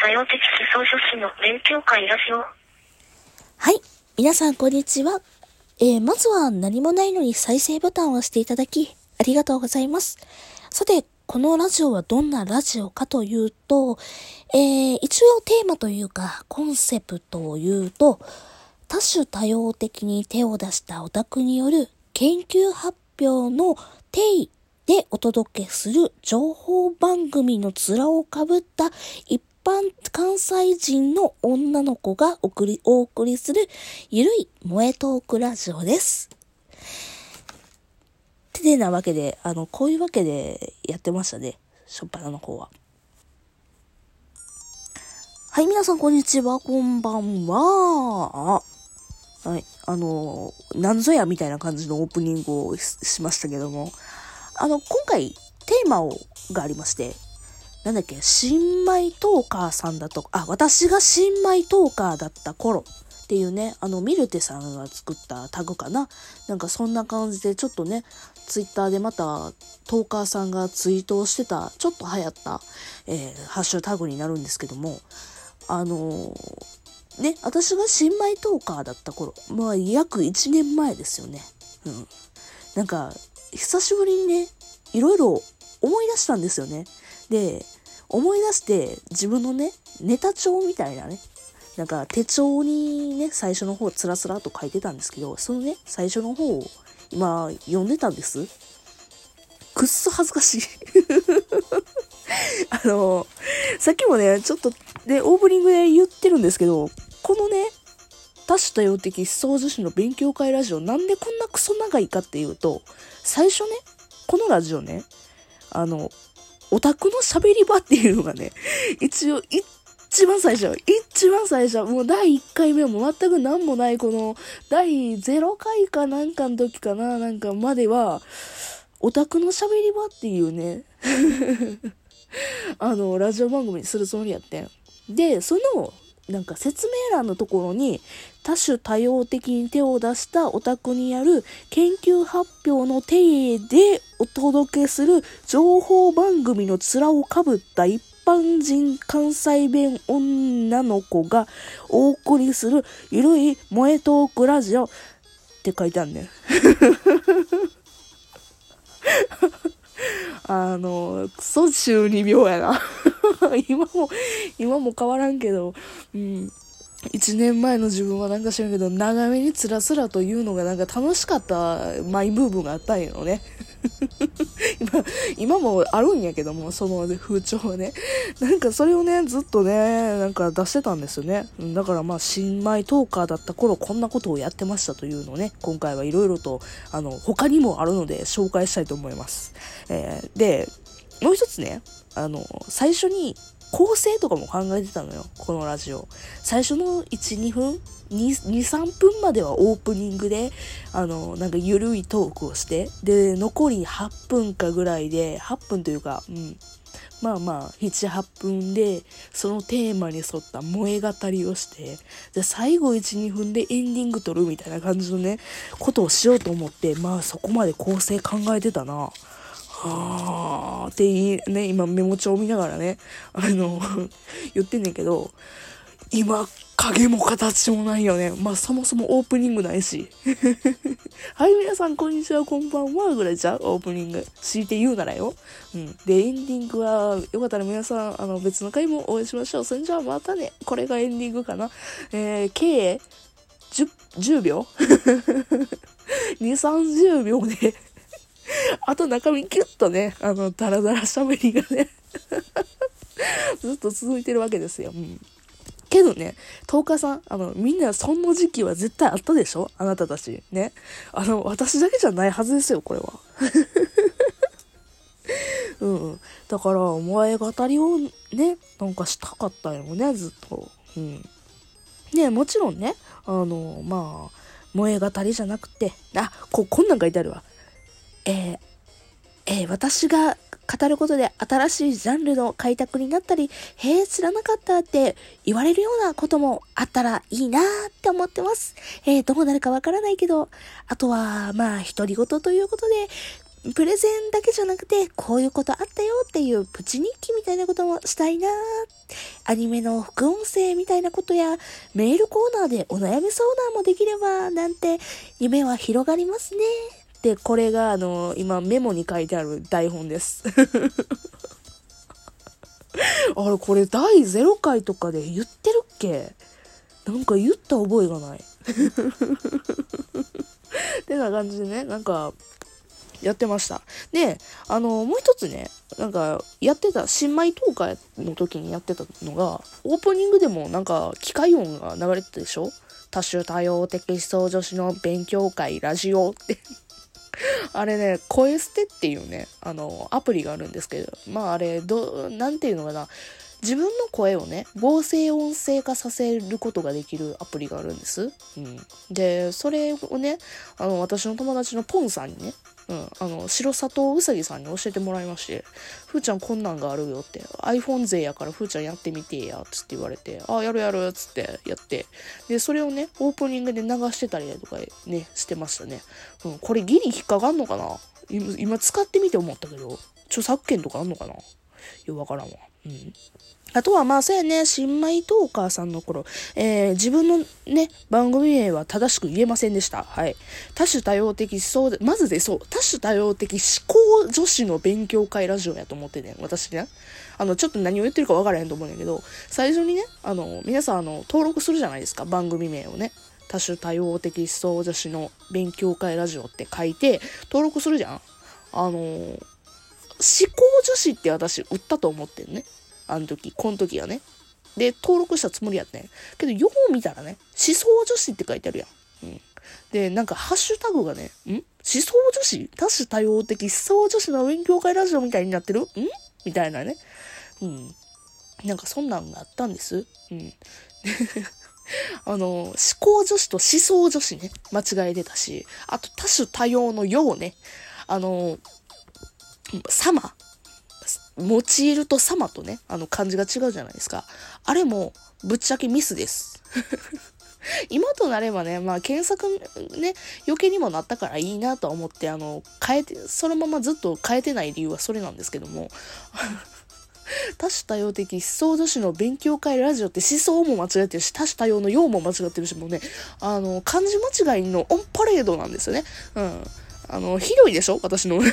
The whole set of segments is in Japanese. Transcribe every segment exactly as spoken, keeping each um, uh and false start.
多様的思想書士の勉強会ラジオ。 はい。皆さん、こんにちは。えー、まずは何もないのに再生ボタンを押していただき、ありがとうございます。さて、このラジオはどんなラジオかというと、えー、一応テーマというか、コンセプトを言うと、多種多様的に手を出したオタクによる研究発表の定義でお届けする情報番組の面をかぶった一般関西人の女の子が送りお送りするゆるい萌えトークラジオです。てでなわけで、あの、こういうわけでやってましたね。しょっぱなの方は。はい、皆さんこんにちは、こんばんは。はい、あの、なんぞやみたいな感じのオープニングを し, しましたけども、あの、今回テーマをがありまして、なんだっけ、新米トーカーさんだと、あ、私が新米トーカーだった頃っていうね、あの、ミルテさんが作ったタグかな。なんかそんな感じで、ちょっとね、ツイッターでまたトーカーさんがツイートをしてた、ちょっと流行った、えー、ハッシュタグになるんですけども、あのー、ね、私が新米トーカーだった頃、まあ約いちねんまえですよね。うん。なんか、久しぶりにね、いろいろ思い出したんですよね。で、思い出して自分のね、ネタ帳みたいなね、なんか手帳にね、最初の方つらつらと書いてたんですけど、そのね、最初の方を今読んでたんです。くっそ恥ずかしい。あの、さっきもね、ちょっとで、オープニングで言ってるんですけど、このね、多種多様的思想女子の勉強会ラジオ、なんでこんなクソ長いかっていうと、最初ね、このラジオね、あの、オタクの喋り場っていうのがね、一応、一番最初、一番最初、もうだいいっかいめも全く何もない、この、だいゼロかいかなんかの時かな、なんかまでは、オタクの喋り場っていうね、あの、ラジオ番組にするつもりやってん。で、その、なんか説明欄のところに多種多様的に手を出したオタクによる研究発表の定義でお届けする情報番組の面をかぶった一般人関西弁女の子がお送りするゆるい萌えトークラジオって書いてあるね。あの、クソ中二病やな。今も、今も変わらんけど、うん。一年前の自分はなんか知らんけど、長めにつらつらというのがなんか楽しかったマイムーブがあったんやろね。今、今もあるんやけども、その風潮はね。なんかそれをね、ずっとね、なんか出してたんですよね。だからまあ、新米トーカーだった頃、こんなことをやってましたというのをね、今回はいろいろと、あの、他にもあるので紹介したいと思います。えー、で、もう一つね、あの、最初に、構成とかも考えてたのよ、このラジオ。最初のいち、にふん ?に、さんぷんまではオープニングで、あの、なんかゆるいトークをして、で、残りはっぷんかぐらいで、はっぷんというか、うん。まあまあ、なな、はっぷんで、そのテーマに沿った萌え語りをして、で、最後いち、にふんでエンディング撮るみたいな感じのね、ことをしようと思って、まあそこまで構成考えてたな。はーって言い、ね、今メモ帳を見ながらね、あの、言ってんねんけど、今、影も形もないよね。まあ、そもそもオープニングないし。はい、皆さん、こんにちは、こんばんは、ぐらいじゃん、オープニング。強いて言うならよ。うん。で、エンディングは、よかったら皆さん、あの、別の回もお会いしましょう。それじゃあ、またね。これがエンディングかな。えー、計、じゅう、じゅうびょうに、さんじゅうびょうで、あと中身キュッとね、あの、ダラダラ喋りがね、ずっと続いてるわけですよ。うん。けどね、トーカーさん、あの、みんなその時期は絶対あったでしょ？あなたたち。ね。あの、私だけじゃないはずですよ、これは。うん。だから、萌え語りをね、なんかしたかったよね、ずっと。うん。で、もちろんね、あの、まあ、萌え語りじゃなくて、あ、こ、こんなん書いてあるわ。えーえー、私が語ることで新しいジャンルの開拓になったり、へえ、知らなかったって言われるようなこともあったらいいなーって思ってます。えー、どうなるかわからないけど、あとは、まあ、独り言ということで、プレゼンだけじゃなくて、こういうことあったよっていうプチ日記みたいなこともしたいなー。 アニメの副音声みたいなことや、メールコーナーでお悩み相談もできれば、なんて、夢は広がりますね。で、これが、あの、今メモに書いてある台本です。あれ、これだいゼロかいとかで言ってるっけ？なんか言った覚えがない。ってな感じでね、なんか、やってました。で、あの、もう一つね、なんか、やってた、新米トーカーの時にやってたのが、オープニングでもなんか、機械音が流れてたでしょ？多種多様的思想女子の勉強会ラジオって。あれね、声捨てっていうね、あの、アプリがあるんですけど、まああれ、ど、なんていうのかな、自分の声をね、合成音声化させることができるアプリがあるんです。うん。で、それをね、あの、私の友達のポンさんにね、うん、あの、白砂糖うさぎさんに教えてもらいまして、ふーちゃんこんなんがあるよって、iPhone 勢やからふーちゃんやってみてや、つって言われて、あ、やるやる、つってやって、で、それをね、オープニングで流してたりとかね、してましたね。うん、これギリ引っかかんのかな？今、今使ってみて思ったけど、著作権とかあんのかな？よ、わからんわ。うん。あとはまあそうやね、新米トーカーさんの頃、えー、自分のね、番組名は正しく言えませんでした。はい。多種多様的思想で、まずでそう、多種多様的思考女子の勉強会ラジオやと思ってね、私ね。あの、ちょっと何を言ってるか分からへんと思うんだけど、最初にね、あの、皆さんあの、登録するじゃないですか、番組名をね。多種多様的思想女子の勉強会ラジオって書いて、登録するじゃん。あの、思考女子って私売ったと思ってんね。あの時、この時はね。で、登録したつもりやったね。けど、よう見たらね、思想女子って書いてあるやん。うん。で、なんか、ハッシュタグがね、ん思想女子？多種多様的思想女子の勉強会ラジオみたいになってる？んみたいなね。うん。なんか、そんなんがあったんです。うん。あの、思考女子と思想女子ね、間違えてたし、あと、多種多様のようね。あの、様。用いると様とね、あの漢字が違うじゃないですか。あれもぶっちゃけミスです。今となればね、まあ検索ね、余計にもなったからいいなとは思って、あの、変えて、そのままずっと変えてない理由はそれなんですけども、多種多様的思想女子の勉強会ラジオって思想も間違えてるし、多種多様のようも間違ってるし、もうね、あの、漢字間違いのオンパレードなんですよね。うん。あの、ひどいでしょ私の。うん。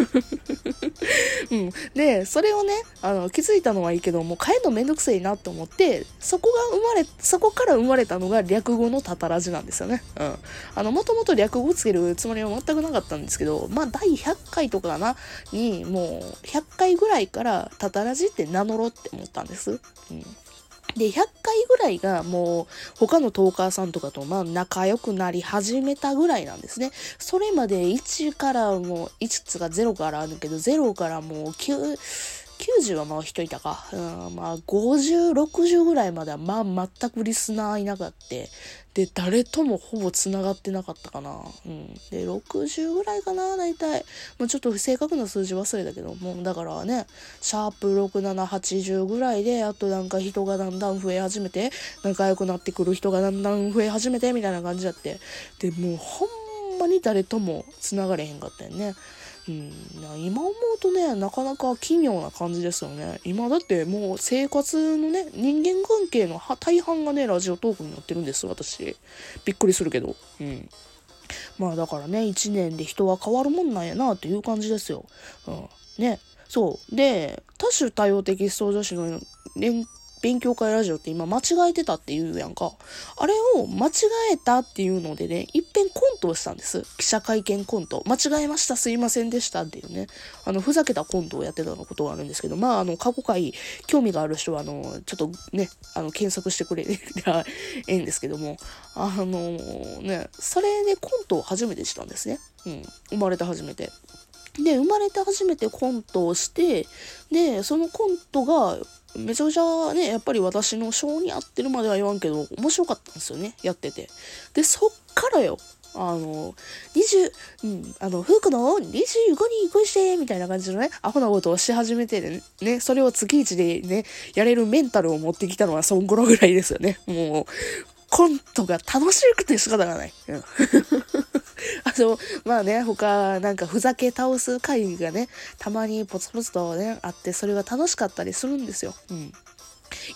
で、それをね、あの、気づいたのはいいけど、もう変えるのめんどくせえなと思って、そこが生まれ、そこから生まれたのが略語のタタラジなんですよね。うん。あの、もともと略語つけるつもりは全くなかったんですけど、まあ、だいひゃっかいとかかな、に、もう、ひゃっかいぐらいからタタラジって名乗ろうって思ったんです。うん。で、ひゃっかいぐらいがもう他のトーカーさんとかとまあ仲良くなり始めたぐらいなんですね。それまでいちからもういつつがゼロからあるけど、ゼロからもうきゅう、きゅうじゅうはまあ人いたか。うん、まあごじゅう、ろくじゅうぐらいまではまあ全くリスナーいなかった。で、誰ともほぼ繋がってなかったかな。うん。で、ろくじゅうぐらいかな、大体。もうちょっと正確な数字忘れたけど、もうだからね、シャープろく、なな、はちじゅうぐらいで、あとなんか人がだんだん増え始めて、仲良くなってくる人がだんだん増え始めて、みたいな感じだって。で、もうほんまに誰とも繋がれへんかったよね。うん、今思うとね、なかなか奇妙な感じですよね。今だってもう生活のね、人間関係の大半がね、ラジオトークになってるんです、私。びっくりするけど。うん。まあだからね、一年で人は変わるもんなんやなっていう感じですよ。うん。ね。そう。で、多種多様的思想女子の連勉強会ラジオって今間違えてたって言うやんか。あれを間違えたっていうのでね、いっぺんコントをしたんです。記者会見コント。間違えました、すいませんでしたっていうね。あの、ふざけたコントをやってたのことがあるんですけど、まあ、あの、過去回、興味がある人は、あの、ちょっとね、あの、検索してくれたらええんですけども、あのね、それでコントを初めてしたんですね。うん。生まれて初めて。で、生まれて初めてコントをして、で、そのコントが、めちゃくちゃね、やっぱり私の性に合ってるまでは言わんけど、面白かったんですよね、やってて。で、そっからよ、あの、にじゅう、うん、あの、フークのにじゅうごに恋して、みたいな感じのね、アホなことをし始めてね、ね、それを月一でね、やれるメンタルを持ってきたのはそんごろぐらいですよね。もう、コントが楽しくて仕方がない。うんあの、まあね、他、なんかふざけ倒す会議がね、たまにポツポツとね、あって、それが楽しかったりするんですよ。うん。今思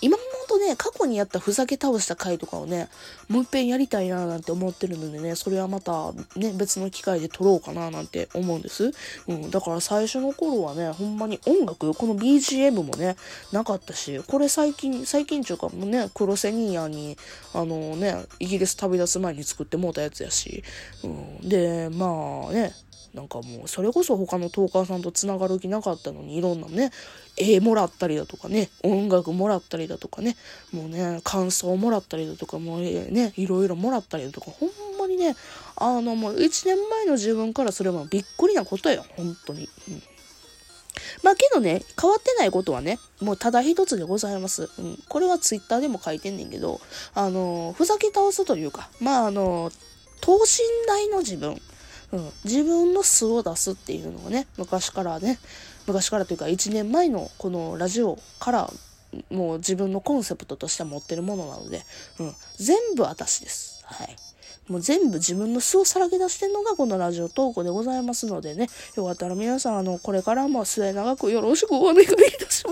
とね、過去にやったふざけ倒した回とかをね、もう一遍やりたいななんて思ってるのでね、それはまたね、別の機会で撮ろうかななんて思うんです。うん、だから最初の頃はね、ほんまに音楽、この ビージーエム もね、なかったし、これ最近、最近中かもね、クロセニーヤに、あのね、イギリス旅立つ前に作ってもうたやつやし、うん、で、まあね、なんかもうそれこそ他のトーカーさんとつながる気なかったのに、いろんなね絵もらったりだとかね、音楽もらったりだとかね、もうね感想もらったりだとか、もうねいろいろもらったりだとか、ほんまにね、あのもういちねんまえの自分からすればびっくりなことよ、本当に。うん、まあけどね、変わってないことはね、もうただ一つでございます。うん、これはツイッターでも書いてんねんけど、あのふざけ倒すというか、まああの等身大の自分、うん、自分の素を出すっていうのがね、昔からね、昔からというかいちねんまえのこのラジオからもう自分のコンセプトとして持ってるものなので、うん、全部私です。はい。もう全部自分の素をさらけ出してるのがこのラジオトークでございますのでね、よかったら皆さん、あの、これからも末永くよろしくお願いいたします。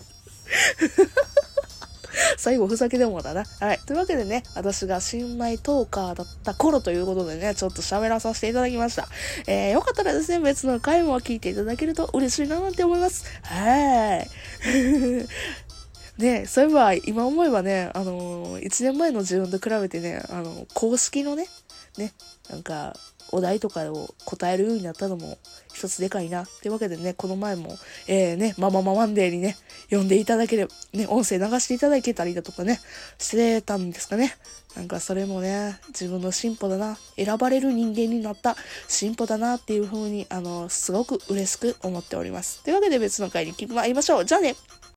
最後ふざけでもだな。はい。というわけでね、私が新米トーカーだった頃ということでね、ちょっと喋らさせていただきました。えー、よかったらですね、別の回も聞いていただけると嬉しいななんて思います。はい。ね、そういえば、今思えばね、あのー、いちねんまえの自分と比べてね、あの、公式のね、ね、なんか、お題とかを答えるようになったのも一つでかいな。ってわけでね、この前も、えーね、マママワンデーにね、呼んでいただければ、ね、音声流していただけたりだとかね、してたんですかね。なんかそれもね、自分の進歩だな、選ばれる人間になった進歩だなっていう風に、あの、すごく嬉しく思っております。というわけで別の回に参りましょう。じゃあね。